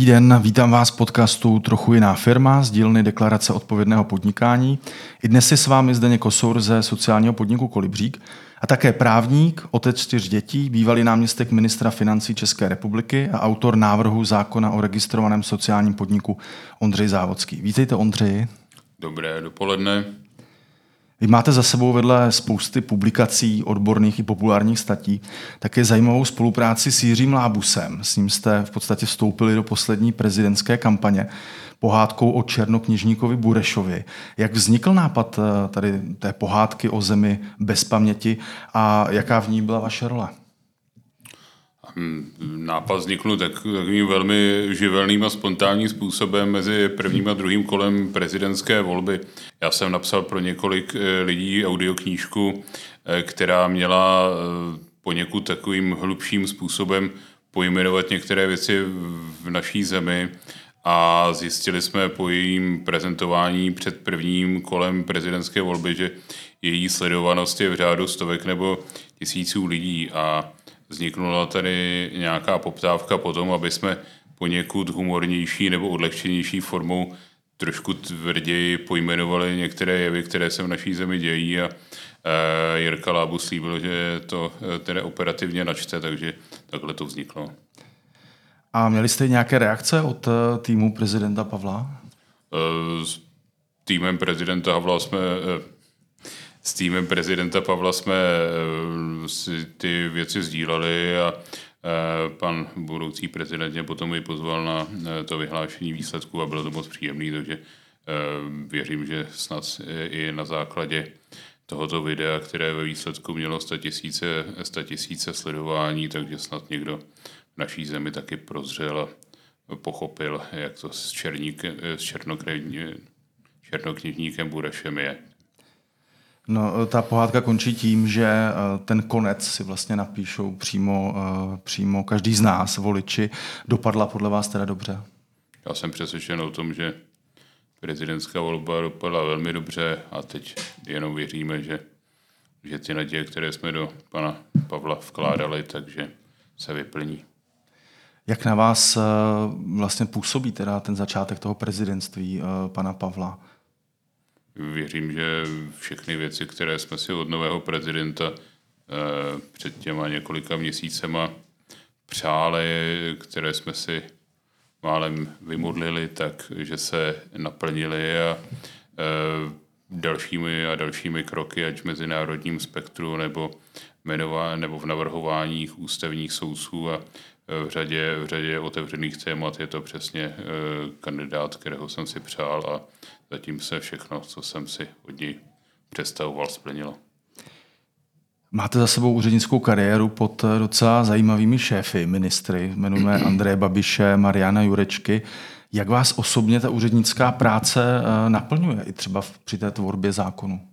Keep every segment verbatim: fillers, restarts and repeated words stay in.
Dobrý den, vítám vás v podcastu Trochu jiná firma z dílny Deklarace odpovědného podnikání. I dnes je s vámi Zdeněk Kosour ze sociálního podniku Kolibřík a také právník, otec čtyř dětí, bývalý náměstek ministra financí České republiky a autor návrhu zákona o registrovaném sociálním podniku Ondřej Závodský. Vítejte, Ondřeji. Dobré dopoledne. Vy máte za sebou vedle spousty publikací, odborných i populárních statí také zajímavou spolupráci s Jiřím Lábusem. S ním jste v podstatě vstoupili do poslední prezidentské kampaně pohádkou o černokněžníkovi Burešovi. Jak vznikl nápad tady té pohádky o zemi bez paměti a jaká v ní byla vaše role? Nápad vznikl tak, takovým velmi živelným a spontánním způsobem mezi prvním a druhým kolem prezidentské volby. Já jsem napsal pro několik lidí audioknížku, která měla poněkud takovým hlubším způsobem pojmenovat některé věci v naší zemi a zjistili jsme po jejím prezentování před prvním kolem prezidentské volby, že její sledovanost je v řádu stovek nebo tisíců lidí a vzniknula tady nějaká poptávka po tom, aby jsme poněkud humornější nebo odlehčenější formou trošku tvrději pojmenovali některé jevy, které se v naší zemi dějí a e, Jirka Lábus slíbil, že to e, tedy operativně načte, takže takhle to vzniklo. A měli jste nějaké reakce od týmu prezidenta Pavla? E, s týmem prezidenta Havla jsme... E, S týmem prezidenta Pavla jsme si ty věci sdíleli a pan budoucí prezident mě potom i pozval na to vyhlášení výsledků a bylo to moc příjemný, takže věřím, že snad i na základě tohoto videa, které ve výsledku mělo sta tisíce sledování, takže snad někdo v naší zemi taky prozřel a pochopil, jak to s, s černokněžníkem Burešem je. No, ta pohádka končí tím, že ten konec si vlastně napíšou přímo, přímo každý z nás, voliči. Dopadla podle vás teda dobře? Já jsem přesvědčen o tom, že prezidentská volba dopadla velmi dobře a teď jenom věříme, že, že ty naděje, které jsme do pana Pavla vkládali, takže se vyplní. Jak na vás vlastně působí teda ten začátek toho prezidentství pana Pavla? Věřím, že všechny věci, které jsme si od nového prezidenta eh, před těma několika měsícema přáli, které jsme si málem vymodlili, tak že se naplnily a eh, dalšími a dalšími kroky, ať v mezinárodním spektru nebo, jmenová, nebo v navrhování ústavních soudců a v řadě, v řadě otevřených témat je to přesně eh, kandidát, kterého jsem si přál a zatím se všechno, co jsem si od něj představoval, splnilo. Máte za sebou úřednickou kariéru pod docela zajímavými šéfy, ministry, jmenujeme Andreje Babiše, Mariana Jurečky. Jak vás osobně ta úřednická práce naplňuje i třeba při té tvorbě zákonu?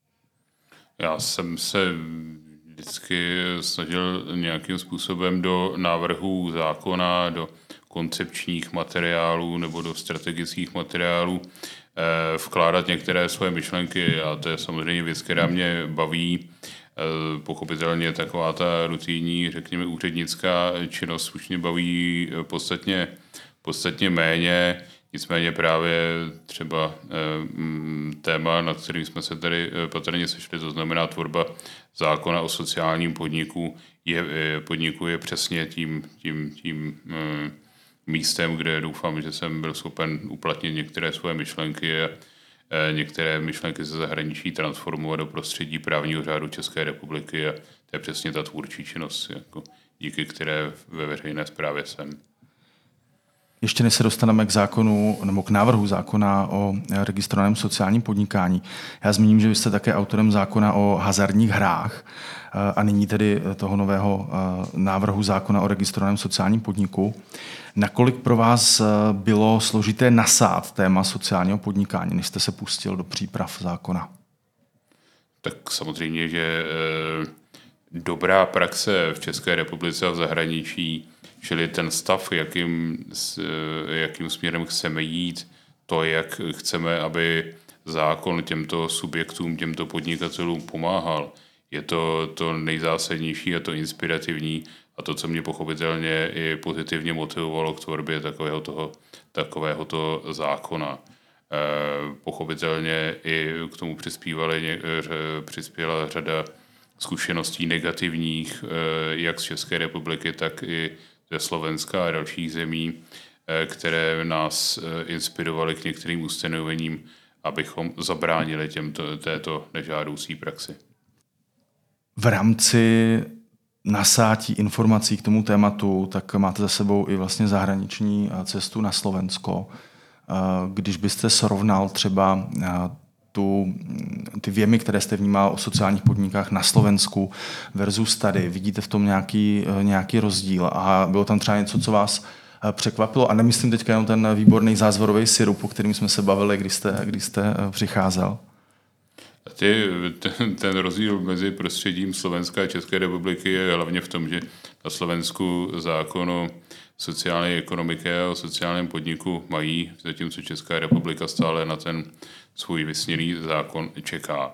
Já jsem se vždycky snažil nějakým způsobem do návrhů zákona, do koncepčních materiálů nebo do strategických materiálů vkládat některé svoje myšlenky a to je samozřejmě věc, která mě baví. Pochopitelně taková ta rutinní, řekněme, úřednická činnost už mě baví podstatně, podstatně méně. Nicméně právě třeba téma, nad kterým jsme se tady patrně sešli, to znamená tvorba zákona o sociálním podniku, je, podniku je přesně tím, tím, tím místem, kde doufám, že jsem byl schopen uplatnit některé svoje myšlenky a některé myšlenky ze zahraničí transformovat do prostředí právního řádu České republiky a to je přesně ta tvůrčí činnost, jako díky které ve veřejné správě jsem. Ještě než se dostaneme k zákonu nebo k návrhu zákona o registrovaném sociálním podnikání. Já zmíním, že vy jste také autorem zákona o hazardních hrách a nyní tedy toho nového návrhu zákona o registrovaném sociálním podniku. Nakolik pro vás bylo složité nasát téma sociálního podnikání, než jste se pustil do příprav zákona? Tak samozřejmě, že dobrá praxe v České republice a v zahraničí, čili ten stav, jakým, jakým směrem chceme jít, to, jak chceme, aby zákon těmto subjektům, těmto podnikatelům pomáhal, je to to nejzásadnější a to inspirativní a to, co mě pochopitelně i pozitivně motivovalo k tvorbě takového toho, takového toho zákona. Pochopitelně i k tomu přispívali, přispěla řada zkušeností negativních, jak z České republiky, tak i ze Slovenska a dalších zemí, které nás inspirovaly k některým ustanovením, abychom zabránili těmto, této nežádoucí praxi. V rámci nasátí informací k tomu tématu, tak máte za sebou i vlastně zahraniční cestu na Slovensko. Když byste srovnal třeba tu, ty věmy, které jste vnímal o sociálních podnikách na Slovensku versus tady, vidíte v tom nějaký, nějaký rozdíl a bylo tam třeba něco, co vás překvapilo? A nemyslím teďka jenom ten výborný zázvorový sirup, o kterým jsme se bavili, když jste, když jste přicházel. Ty, ten, ten rozdíl mezi prostředím Slovenska a České republiky je hlavně v tom, že na Slovensku zákon o sociální ekonomiky a o sociálním podniku mají, zatímco Česká republika stále na ten svůj vysněný zákon čeká.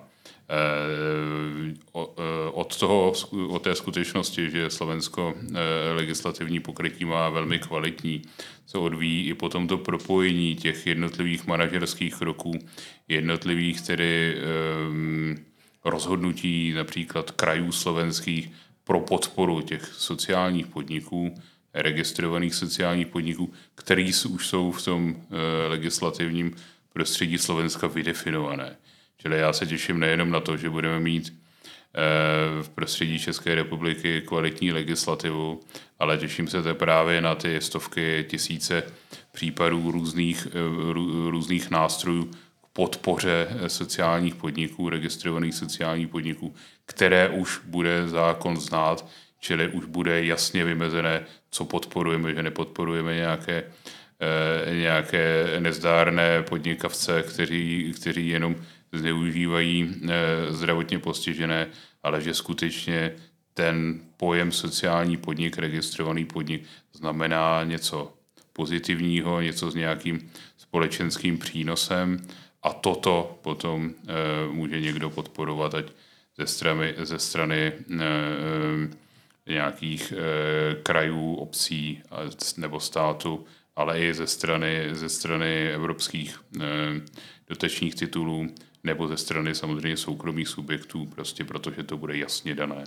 Od toho, od té skutečnosti, že Slovensko legislativní pokrytí má velmi kvalitní, se odvíjí i potom to propojení těch jednotlivých manažerských kroků, jednotlivých tedy rozhodnutí například krajů slovenských pro podporu těch sociálních podniků, registrovaných sociálních podniků, který už jsou v tom legislativním prostředí Slovenska vydefinované. Čili já se těším nejenom na to, že budeme mít v prostředí České republiky kvalitní legislativu, ale těším se právě na ty stovky, tisíce případů různých, různých nástrojů k podpoře sociálních podniků, registrovaných sociálních podniků, které už bude zákon znát, čili už bude jasně vymezené, co podporujeme, že nepodporujeme nějaké, nějaké nezdárné podnikavce, kteří, kteří jenom zneužívají zdravotně postižené, ale že skutečně ten pojem sociální podnik, registrovaný podnik, znamená něco pozitivního, něco s nějakým společenským přínosem a toto potom může někdo podporovat, ať ze strany, ze strany nějakých krajů, obcí nebo státu, ale i ze strany, ze strany evropských dotačních titulů nebo ze strany samozřejmě soukromých subjektů, prostě protože to bude jasně dané.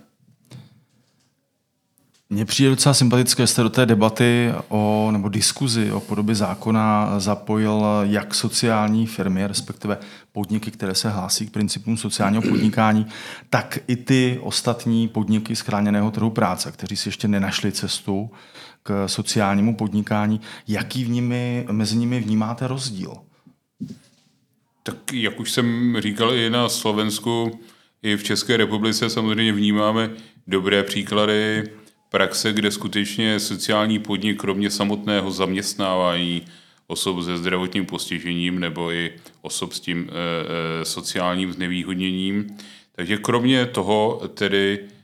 Mně přijde docela sympatické, že jste do té debaty o, nebo diskuzi o podobě zákona zapojil jak sociální firmy, respektive podniky, které se hlásí k principům sociálního podnikání, tak i ty ostatní podniky z chráněného trhu práce, kteří si ještě nenašli cestu k sociálnímu podnikání. Jaký v nimi, mezi nimi vnímáte rozdíl? Tak jak už jsem říkal, i na Slovensku, i v České republice samozřejmě vnímáme dobré příklady praxe, kde skutečně sociální podnik, kromě samotného zaměstnávání osob se zdravotním postižením nebo i osob s tím e, sociálním znevýhodněním, takže kromě toho tedy e,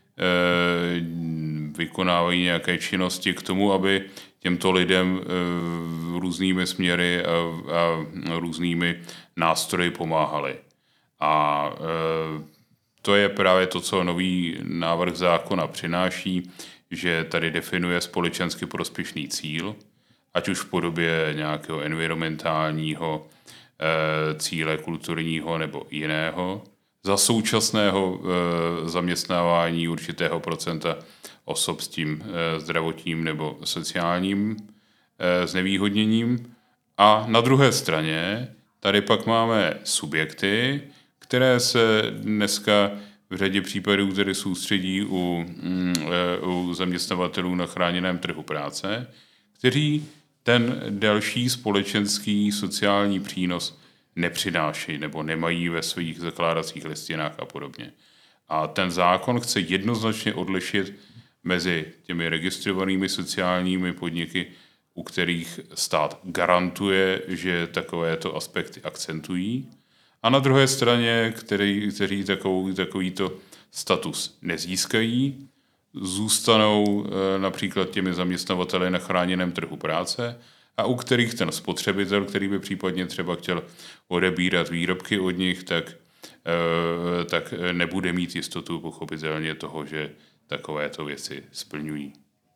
vykonávají nějaké činnosti k tomu, aby těmto lidem e, různými směry a, a různými nástroji pomáhali. A e, to je právě to, co nový návrh zákona přináší, že tady definuje společensky prospěšný cíl, ať už v podobě nějakého environmentálního e, cíle, kulturního nebo jiného, za současného e, zaměstnávání určitého procenta osob s tím e, zdravotním nebo sociálním e, znevýhodněním. A na druhé straně tady pak máme subjekty, které se dneska v řadě případů, které soustředí u, u zaměstnavatelů na chráněném trhu práce, kteří ten další společenský sociální přínos nepřináší nebo nemají ve svých zakládacích listinách a podobně. A ten zákon chce jednoznačně odlišit mezi těmi registrovanými sociálními podniky, u kterých stát garantuje, že takovéto aspekty akcentují, a na druhé straně, který, kteří takový, takovýto status nezískají, zůstanou e, například těmi zaměstnavateli na chráněném trhu práce a u kterých ten spotřebitel, který by případně třeba chtěl odebírat výrobky od nich, tak, e, tak nebude mít jistotu pochopitelně toho, že takovéto věci splňují.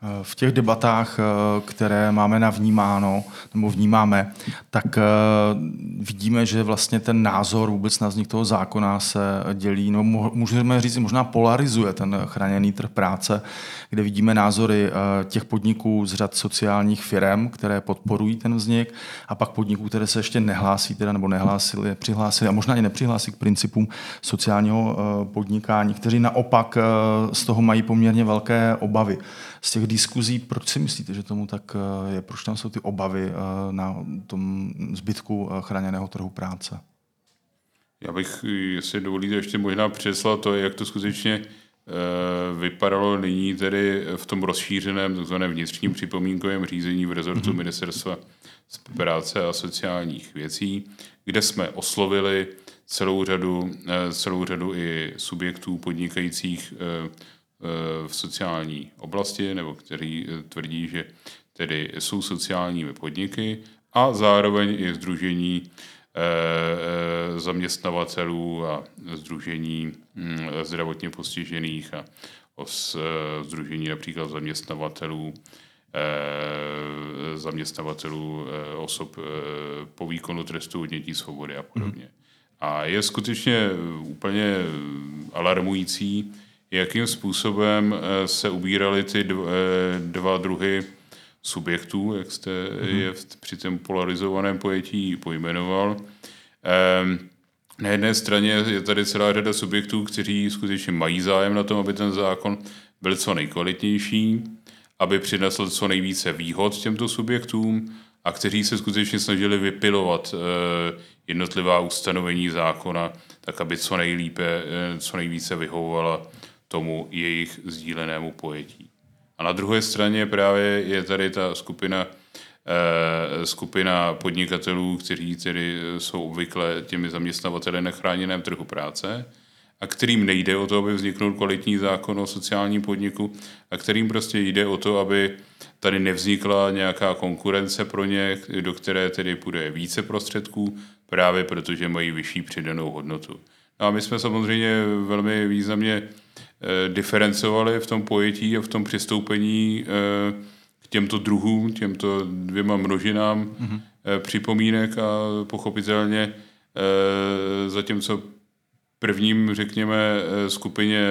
V těch debatách, které máme navnímáno, nebo vnímáme, tak vidíme, že vlastně ten názor vůbec na vznik toho zákona se dělí, no můžeme říct, možná polarizuje ten chráněný trh práce, kde vidíme názory těch podniků z řad sociálních firem, které podporují ten vznik, a pak podniků, které se ještě nehlásí, teda, nebo nehlásili, přihlásili a možná i nepřihlásí k principům sociálního podnikání, kteří naopak z toho mají poměrně velké obavy. Z těch diskuzí, proč si myslíte, že tomu tak je? Proč tam jsou ty obavy na tom zbytku chráněného trhu práce? Já bych, jestli dovolíte, ještě možná přeslal to, jak to skutečně vypadalo nyní tedy v tom rozšířeném takzvaném vnitřním připomínkovém řízení v rezortu mm-hmm. Ministerstva práce a sociálních věcí, kde jsme oslovili celou řadu, celou řadu i subjektů podnikajících v sociální oblasti, nebo kteří tvrdí, že tedy jsou sociálními podniky, a zároveň i sdružení zaměstnavatelů a sdružení zdravotně postižených a sdružení například zaměstnavatelů zaměstnavatelů osob po výkonu trestu odnětí svobody a podobně. A je skutečně úplně alarmující, jakým způsobem se ubíraly ty dva druhy subjektů, jak jste mm-hmm. je při tom polarizovaném pojetí pojmenoval. Na jedné straně je tady celá řada subjektů, kteří skutečně mají zájem na tom, aby ten zákon byl co nejkvalitnější, aby přinesl co nejvíce výhod těmto subjektům, a kteří se skutečně snažili vypilovat jednotlivá ustanovení zákona, tak aby co nejlépe, co nejvíce vyhovovala tomu jejich sdílenému pojetí. A na druhé straně právě je tady ta skupina, eh, skupina podnikatelů, kteří tedy jsou obvykle těmi zaměstnavateli na chráněném trhu práce a kterým nejde o to, aby vzniknul kvalitní zákon o sociálním podniku, a kterým prostě jde o to, aby tady nevznikla nějaká konkurence pro ně, do které tedy půjde více prostředků, právě protože mají vyšší přidanou hodnotu. No a my jsme samozřejmě velmi významně diferencovali v tom pojetí a v tom přistoupení k těmto druhům, těmto dvěma množinám mm-hmm. připomínek, a pochopitelně zatímco prvním, řekněme, skupině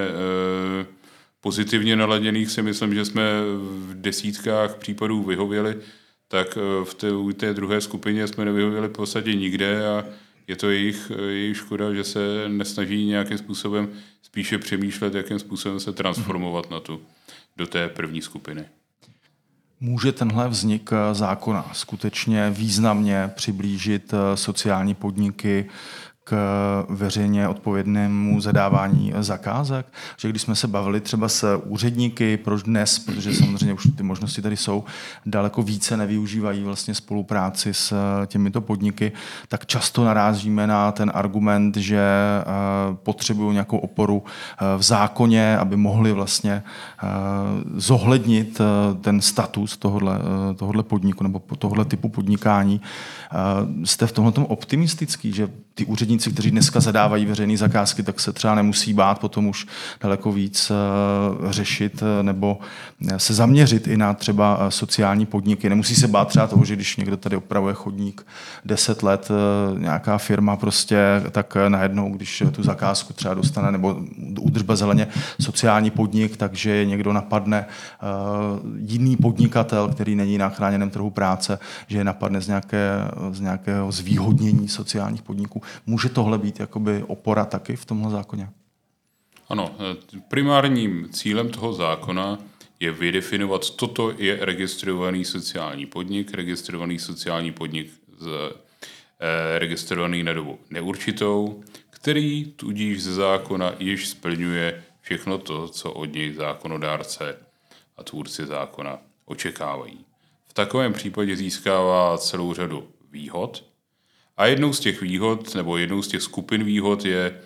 pozitivně naladěných si myslím, že jsme v desítkách případů vyhověli, tak v té, v té druhé skupině jsme nevyhověli v podstatě nikde, a je to jejich, jejich škoda, že se nesnaží nějakým způsobem spíše přemýšlet, jakým způsobem se transformovat na tu, do té první skupiny. Může tenhle vznik zákona skutečně významně přiblížit sociální podniky k veřejně odpovědnému zadávání zakázek? Že když jsme se bavili třeba s úředníky, proč dnes, protože samozřejmě už ty možnosti tady jsou, daleko více nevyužívají vlastně spolupráci s těmito podniky, tak často narážíme na ten argument, že potřebují nějakou oporu v zákoně, aby mohli vlastně zohlednit ten status tohohle, tohohle podniku nebo tohohle typu podnikání. Jste v tomhle optimistický, že ty úředníci, kteří dneska zadávají veřejné zakázky, tak se třeba nemusí bát potom už daleko víc řešit nebo se zaměřit i na třeba sociální podniky. Nemusí se bát třeba toho, že když někdo tady opravuje chodník deset let, nějaká firma prostě, tak najednou, když tu zakázku třeba dostane, nebo údržba zeleně sociální podnik, takže je někdo napadne jiný podnikatel, který není na chráněném trhu práce, že je napadne z, nějaké, z nějakého zvýhodnění sociálních podniků. Může tohle být jakoby opora taky v tomhle zákoně? Ano, primárním cílem toho zákona je vydefinovat, toto je registrovaný sociální podnik, registrovaný sociální podnik z, eh, registrovaný na dobu neurčitou, který tudíž ze zákona již splňuje všechno to, co od něj zákonodárce a tvůrci zákona očekávají. V takovém případě získává celou řadu výhod, a jednou z těch výhod, nebo jednou z těch skupin výhod je e,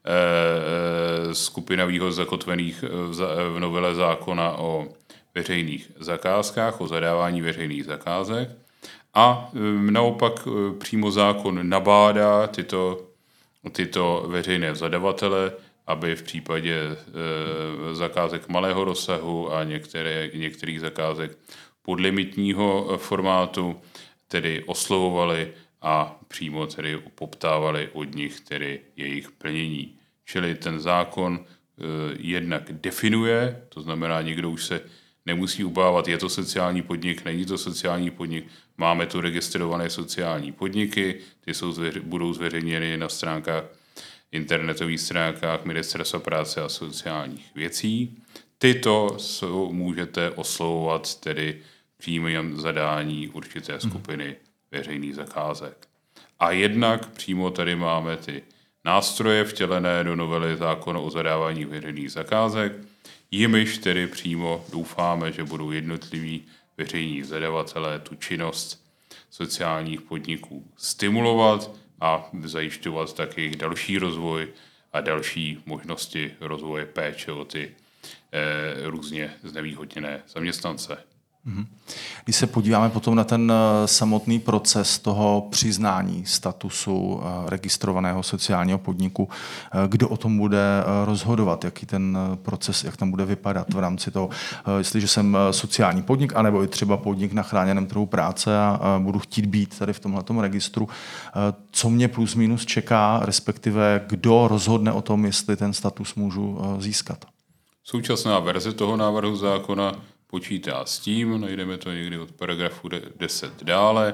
skupina výhod zakotvených v, v novele zákona o veřejných zakázkách, o zadávání veřejných zakázek. A e, naopak e, přímo zákon nabádá tyto, tyto veřejné zadavatele, aby v případě e, zakázek malého rozsahu a některé, některých zakázek podlimitního formátu tedy oslovovali a přímo tedy poptávali od nich tedy jejich plnění. Čili ten zákon e, jednak definuje, to znamená, někdo už se nemusí obávat, je to sociální podnik, není to sociální podnik, máme tu registrované sociální podniky, ty jsou zveř, budou zveřejněny na stránkách, internetových stránkách Ministerstva práce a sociálních věcí. Tyto jsou, můžete oslovovat tedy přímým zadání určité skupiny veřejných zakázek. A jednak přímo tady máme ty nástroje vtělené do novely zákona o zadávání veřejných zakázek, jimiž tedy přímo doufáme, že budou jednotliví veřejní zadavatelé tu činnost sociálních podniků stimulovat a zajišťovat tak jejich další rozvoj a další možnosti rozvoje péče o ty eh, různě znevýhodněné zaměstnance. Když se podíváme potom na ten samotný proces toho přiznání statusu registrovaného sociálního podniku, kdo o tom bude rozhodovat, jaký ten proces, jak tam bude vypadat v rámci toho, jestliže jsem sociální podnik, anebo i třeba podnik na chráněném trhu práce a budu chtít být tady v tomhletom registru, co mě plus minus čeká, respektive kdo rozhodne o tom, jestli ten status můžu získat. Současná verze toho návrhu zákona počítá s tím, najdeme to někdy od paragrafu deset dále,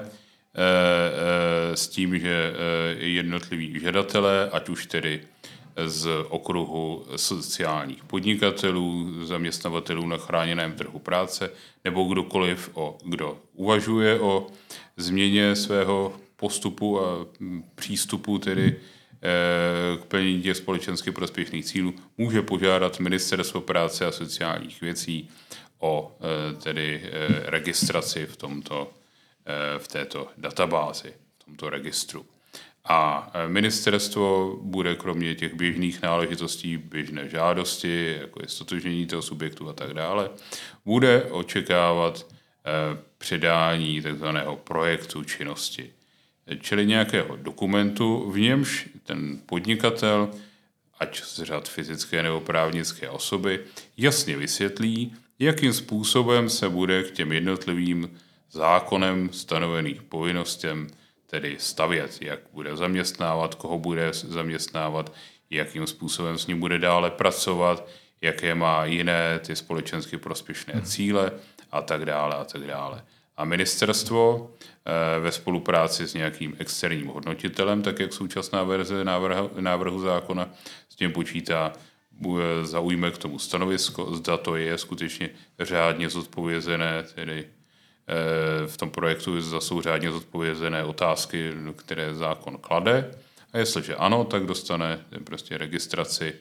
s tím, že jednotliví žadatelé, ať už tedy z okruhu sociálních podnikatelů, zaměstnavatelů na chráněném trhu práce, nebo kdokoliv, o, kdo uvažuje o změně svého postupu a přístupu tedy k plnění těch společensky prospěšných cílů, může požádat Ministerstvo práce a sociálních věcí o tedy registraci v, tomto, v této databázi, v tomto registru. A ministerstvo bude kromě těch běžných náležitostí, běžné žádosti, jako je stotožnění toho subjektu a tak dále, bude očekávat předání takzvaného projektu činnosti, čili nějakého dokumentu, v němž ten podnikatel, ať z řad fyzické nebo právnické osoby, jasně vysvětlí, jakým způsobem se bude k těm jednotlivým zákonem stanoveným povinnostem tedy stavět, jak bude zaměstnávat, koho bude zaměstnávat, jakým způsobem s ním bude dále pracovat, jaké má jiné ty společensky prospěšné cíle a tak dále a tak dále. A ministerstvo e, ve spolupráci s nějakým externím hodnotitelem, tak jak současná verze návrhu, návrhu zákona s tím počítá, zaujme k tomu stanovisko, zda to je skutečně řádně zodpovězené, tedy v tom projektu zda jsou řádně zodpovězené otázky, které zákon klade. A jestliže ano, tak dostane prostě registraci,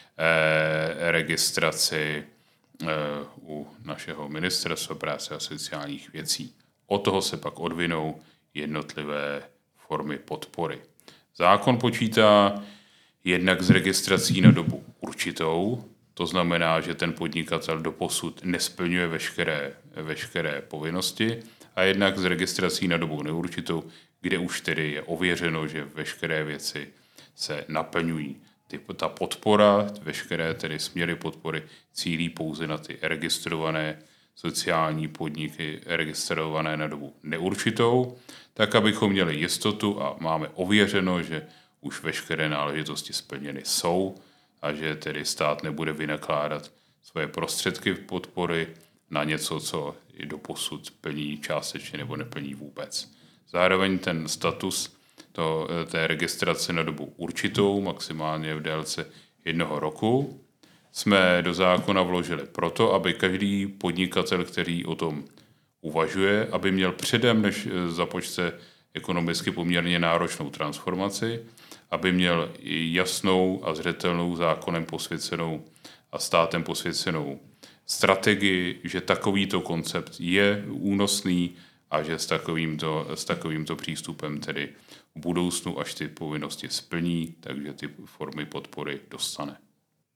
eh, registraci eh, u našeho Ministerstva práce a sociálních věcí. Od toho se pak odvinou jednotlivé formy podpory. Zákon počítá jednak s registrací na dobu určitou, to znamená, že ten podnikatel doposud nesplňuje veškeré, veškeré povinnosti, a jednak s registrací na dobu neurčitou, kde už tedy je ověřeno, že veškeré věci se naplňují. Ty, ta podpora, veškeré tedy směry podpory cílí pouze na ty registrované sociální podniky, registrované na dobu neurčitou, tak abychom měli jistotu a máme ověřeno, že už veškeré náležitosti splněny jsou a že tedy stát nebude vynakládat svoje prostředky podpory na něco, co i doposud plní částečně nebo neplní vůbec. Zároveň ten status to, té registrace na dobu určitou, maximálně v délce jednoho roku, jsme do zákona vložili proto, aby každý podnikatel, který o tom uvažuje, aby měl předem, než započte ekonomicky poměrně náročnou transformaci, aby měl jasnou a zřetelnou zákonem posvěcenou a státem posvěcenou strategii, že takovýto koncept je únosný a že s takovýmto, s takovýmto přístupem tedy v budoucnu, až ty povinnosti splní, takže ty formy podpory dostane.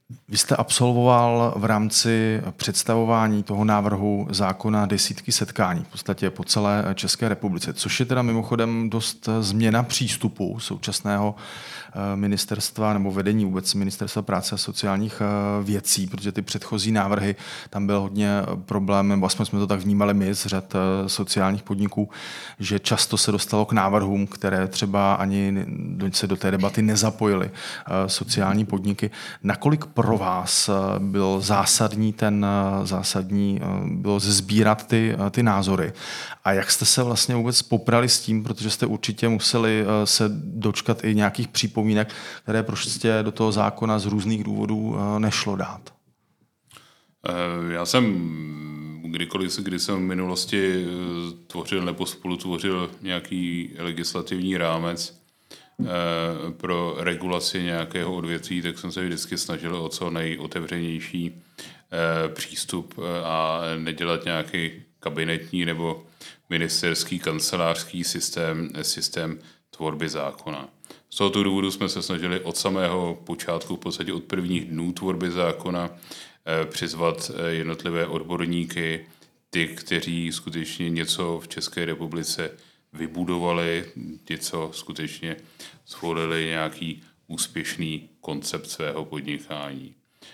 Vy jste absolvoval v rámci představování toho návrhu zákona desítky setkání, v podstatě po celé České republice, což je teda mimochodem dost změna přístupu současného ministerstva nebo vedení vůbec Ministerstva práce a sociálních věcí, protože ty předchozí návrhy, tam byl hodně problém, nebo aspoň jsme to tak vnímali my z řad sociálních podniků, že často se dostalo k návrhům, které třeba ani se do té debaty nezapojily sociální podniky. Nakolik pro vás byl zásadní ten zásadní, bylo sbírat ty, ty názory a jak jste se vlastně vůbec poprali s tím, protože jste určitě museli se dočkat i nějakých připomínek, které prostě do toho zákona z různých důvodů nešlo dát? Já jsem kdykoliv, kdy jsem v minulosti tvořil nebo spolutvořil nějaký legislativní rámec pro regulaci nějakého odvětví, tak jsem se vždycky snažil o co nejotevřenější přístup a nedělat nějaký kabinetní nebo ministerský kancelářský systém, systém tvorby zákona. Z tohoto důvodu jsme se snažili od samého počátku, v podstatě od prvních dnů tvorby zákona, přizvat jednotlivé odborníky, ty, kteří skutečně něco v České republice vybudovali, ti, co skutečně zvolili nějaký úspěšný koncept svého podnikání.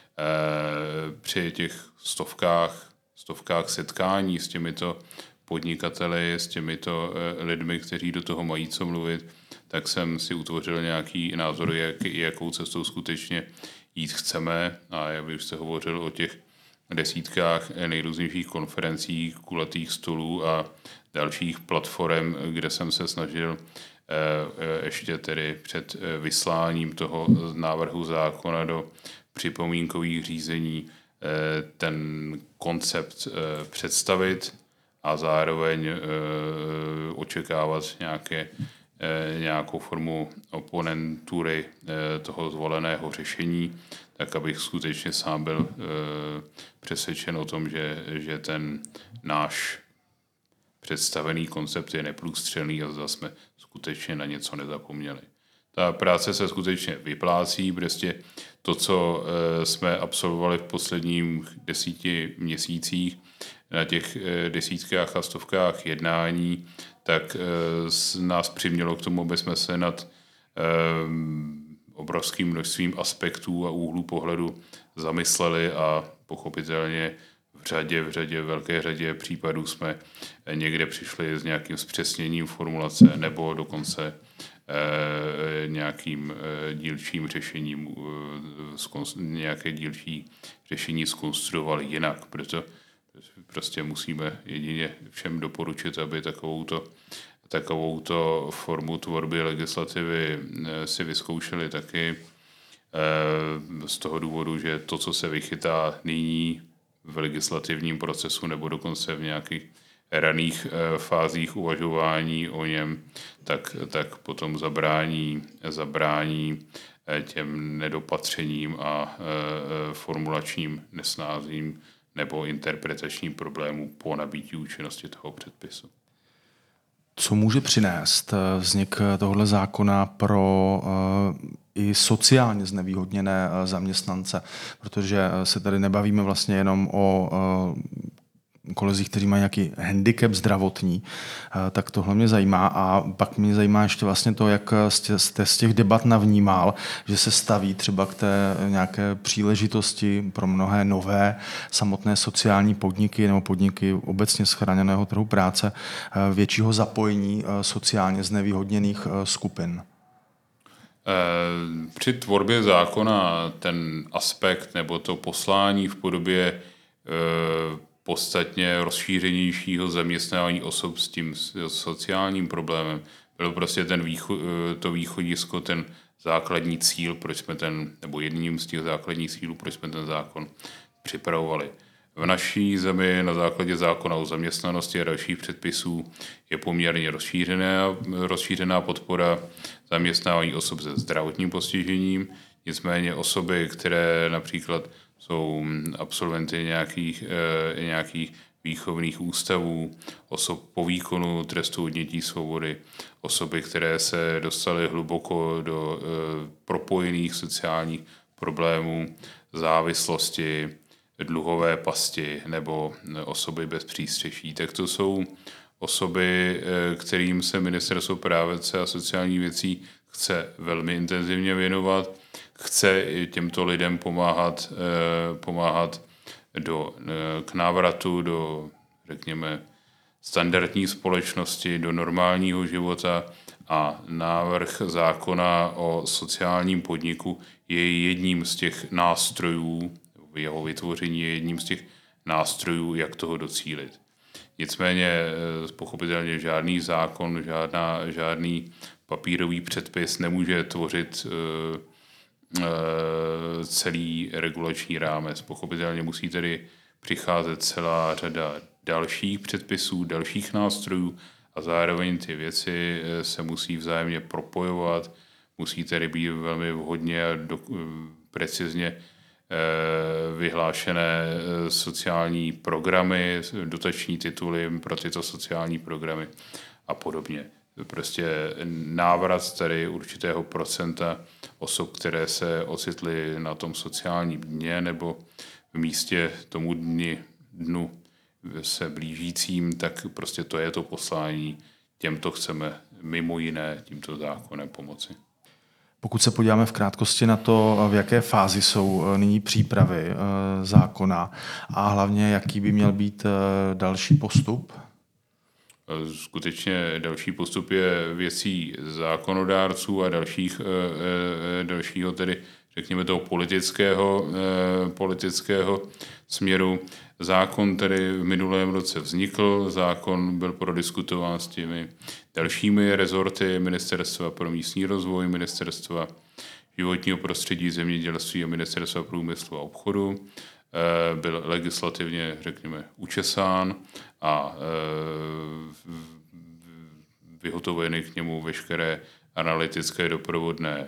Při těch stovkách, stovkách setkání s těmito podnikateli, s těmito lidmi, kteří do toho mají co mluvit, tak jsem si utvořil nějaký názor, jak, jakou cestou skutečně jít chceme. A jak bych se hovořil o těch desítkách nejrůznějších konferencí, kulatých stolů a dalších platform, kde jsem se snažil ještě tedy před vysláním toho návrhu zákona do připomínkových řízení ten koncept představit a zároveň očekávat nějaké, nějakou formu oponentury toho zvoleného řešení, tak abych skutečně sám byl přesvědčen o tom, že, že ten náš představený koncept je neprůstřelný a zda jsme skutečně na něco nezapomněli. Ta práce se skutečně vyplácí, prostě to, co jsme absolvovali v posledních desíti měsících na těch desítkách a stovkách jednání, tak nás přimělo k tomu, aby jsme se nad obrovským množstvím aspektů a úhlů pohledu zamysleli a pochopitelně v řadě, v řadě, velké řadě případů jsme někde přišli s nějakým zpřesněním formulace nebo dokonce eh, nějakým eh, dílčím řešením, eh, nějaké dílčí řešení zkonstruovali jinak. Proto prostě musíme jedině všem doporučit, aby takovouto, takovouto formu tvorby legislativy eh, si vyzkoušeli taky eh, z toho důvodu, že to, co se vychytá nyní v legislativním procesu nebo dokonce v nějakých raných e, fázích uvažování o něm, tak, tak potom zabrání, zabrání e, těm nedopatřením a e, formulačním nesnázím nebo interpretačním problémům po nabýtí účinnosti toho předpisu. Co může přinést vznik tohoto zákona pro i sociálně znevýhodněné zaměstnance? Protože se tady nebavíme vlastně jenom o kolezích, kteří mají nějaký handicap zdravotní, tak tohle mě zajímá. A pak mě zajímá ještě vlastně to, jak jste z těch debat navnímal, že se staví třeba k té nějaké příležitosti pro mnohé nové samotné sociální podniky nebo podniky obecně z chráněného trhu práce většího zapojení sociálně znevýhodněných skupin. Při tvorbě zákona ten aspekt nebo to poslání v podobě podstatně rozšířenějšího zaměstnávání osob s tím sociálním problémem bylo prostě ten výcho, to východisko, ten základní cíl, proč jsme ten, nebo jedním z těch základních cílů, proč jsme ten zákon připravovali. V naší zemi na základě zákona o zaměstnanosti a dalších předpisů je poměrně rozšířená, rozšířená podpora zaměstnávání osob se zdravotním postižením, nicméně osoby, které například jsou absolventy nějakých, e, nějakých výchovných ústavů, osob po výkonu trestu odnětí svobody, osoby, které se dostaly hluboko do e, propojených sociálních problémů závislosti, dluhové pasti nebo osoby bez přístřeší. Tak to jsou osoby, kterým se Ministerstvo práce a sociálních věcí chce velmi intenzivně věnovat, chce těmto lidem pomáhat, pomáhat do, k návratu do, řekněme, standardní společnosti, do normálního života a návrh zákona o sociálním podniku je jedním z těch nástrojů, jeho vytvoření je jedním z těch nástrojů, jak toho docílit. Nicméně pochopitelně žádný zákon, žádná, žádný papírový předpis nemůže tvořit celý regulační rámec. Pochopitelně musí tedy přicházet celá řada dalších předpisů, dalších nástrojů a zároveň ty věci se musí vzájemně propojovat, musí tedy být velmi vhodně a do, precizně vyhlášené sociální programy, dotační tituly pro tyto sociální programy a podobně. Prostě návrat tady určitého procenta osob, které se ocitly na tom sociálním dně nebo v místě tomu dni, dnu se blížícím, tak prostě to je to poslání. Těmto chceme mimo jiné tímto zákonem pomoci. Pokud se podíváme v krátkosti na to, v jaké fázi jsou nyní přípravy zákona a hlavně jaký by měl být další postup? Skutečně další postup je věcí zákonodárců a dalších, dalšího tedy, řekněme, toho politického, politického směru. Zákon tedy v minulém roce vznikl, zákon byl prodiskutován s těmi dalšími rezorty Ministerstva pro místní rozvoj, Ministerstva životního prostředí, zemědělství a Ministerstva průmyslu a obchodu. Byl legislativně, řekněme, učesán a vyhotoveny k němu veškeré analytické doprovodné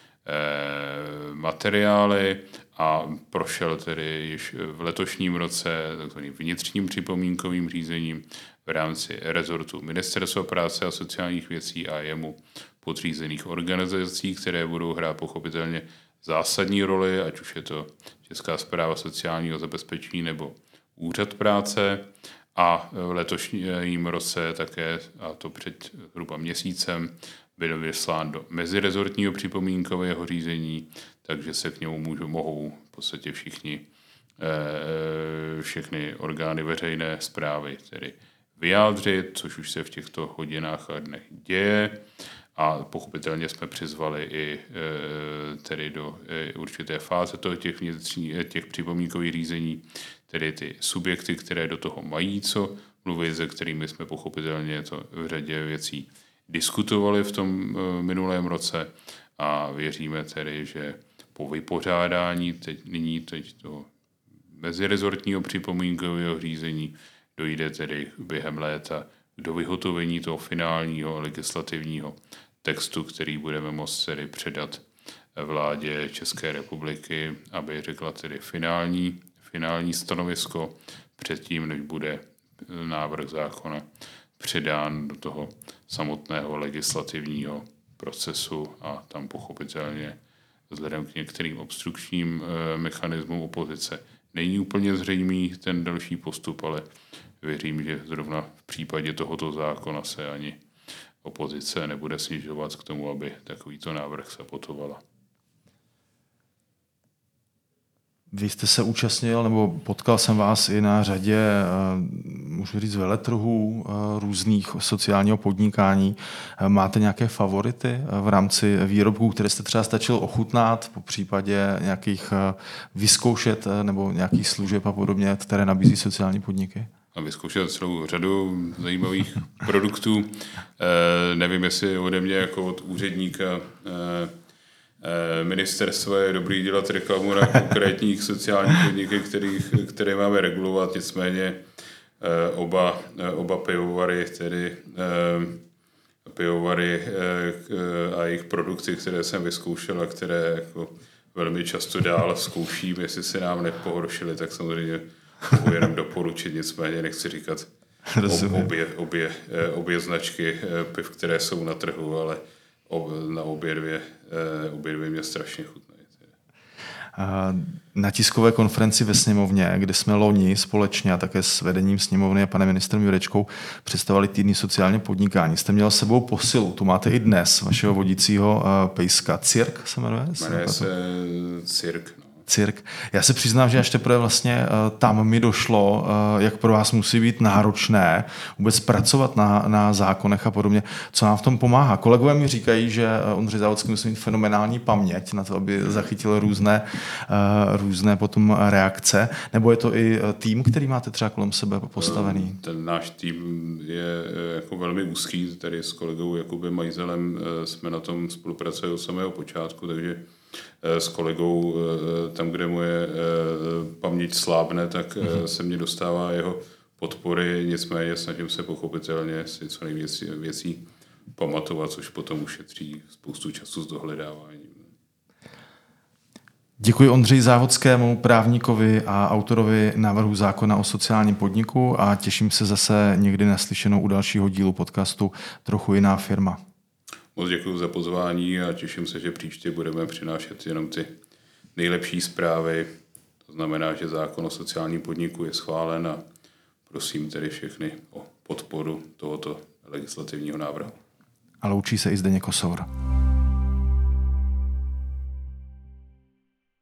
materiály a prošel tedy již v letošním roce takzvaným vnitřním připomínkovým řízením v rámci rezortu Ministerstva práce a sociálních věcí a jemu podřízených organizací, které budou hrát pochopitelně zásadní roli, ať už je to Česká správa sociálního zabezpečení nebo Úřad práce. A v letošním roce také, a to před zhruba měsícem, byl vyslán do mezirezortního připomínkového řízení, takže se k němu můžou, mohou v podstatě všichni, všechny orgány veřejné správy tedy vyjádřit, což už se v těchto hodinách a dnech děje. A pochopitelně jsme přizvali i tedy do určité fáze toho těch, těch připomínkových řízení, tedy ty subjekty, které do toho mají co mluvit, se kterými jsme pochopitelně to v řadě věcí diskutovali v tom minulém roce a věříme tedy, že po vypořádání teď, nyní teď toho mezirezortního připomínkového řízení dojde tedy během léta do vyhotovení toho finálního legislativního textu, který budeme moct tedy předat vládě České republiky, aby řekla tedy finální, finální stanovisko předtím, než bude návrh zákona předán do toho samotného legislativního procesu a tam pochopitelně vzhledem k některým obstrukčním e, mechanismům opozice není úplně zřejmý ten další postup, ale věřím, že zrovna v případě tohoto zákona se ani opozice nebude snižovat k tomu, aby takovýto návrh sabotovala. Vy jste se účastnil, nebo potkal jsem vás i na řadě, můžu říct, veletrhů různých sociálního podnikání. Máte nějaké favority v rámci výrobků, které jste třeba stačil ochutnat, po případě nějakých vyzkoušet nebo nějakých služeb a podobně, které nabízí sociální podniky? A vyzkoušet celou řadu zajímavých produktů. E, nevím, jestli ode mě jako od úředníka e, ministerstva je dobrý dělat reklamu na konkrétních sociálních podniky, kterých, které máme regulovat, nicméně oba, oba pivovary, tedy pivovary a jejich produkty, které jsem vyzkoušel a které jako velmi často dál zkouším, jestli se nám nepohoršily, tak samozřejmě mohu jenom doporučit, nicméně nechci říkat obě, obě, obě značky piv, které jsou na trhu, ale na obě dvě, obě dvě mě strašně chutnají. Na tiskové konferenci ve sněmovně, kde jsme loni společně a také s vedením sněmovny a panem ministrem Jurečkou představovali týdny sociálně podnikání, jste měl s sebou posilu, tu máte i dnes, vašeho vodícího pejska. Cirk se jmenuje? Jmenuje se Cirk. No. Cirk. Já se přiznám, že až teprve vlastně tam mi došlo, jak pro vás musí být náročné vůbec pracovat na, na zákonech a podobně. Co nám v tom pomáhá? Kolegové mi říkají, že Ondřej Závodský musí mít fenomenální paměť na to, aby zachytil různé, různé potom reakce. Nebo je to i tým, který máte třeba kolem sebe postavený? Ten náš tým je jako velmi úzký. Tady s kolegou Jakubem Majzelem jsme na tom spolupracovali od samého počátku, takže s kolegou tam, kde moje paměť slábne, tak mm-hmm. se mě dostává jeho podpory, nicméně snažím se pochopitelně si co nejvíc věcí pamatovat, což potom ušetří spoustu času s dohledáváním. Děkuji Ondřeji Závodskému, právníkovi a autorovi návrhu zákona o sociálním podniku a těším se zase někdy naslyšenou u dalšího dílu podcastu Trochu jiná firma. Moc děkuji za pozvání a těším se, že příště budeme přinášet jenom ty nejlepší zprávy. To znamená, že zákon o sociálním podniku je schválen a prosím tedy všechny o podporu tohoto legislativního návrhu. A loučí se i Zdeněk Kosour.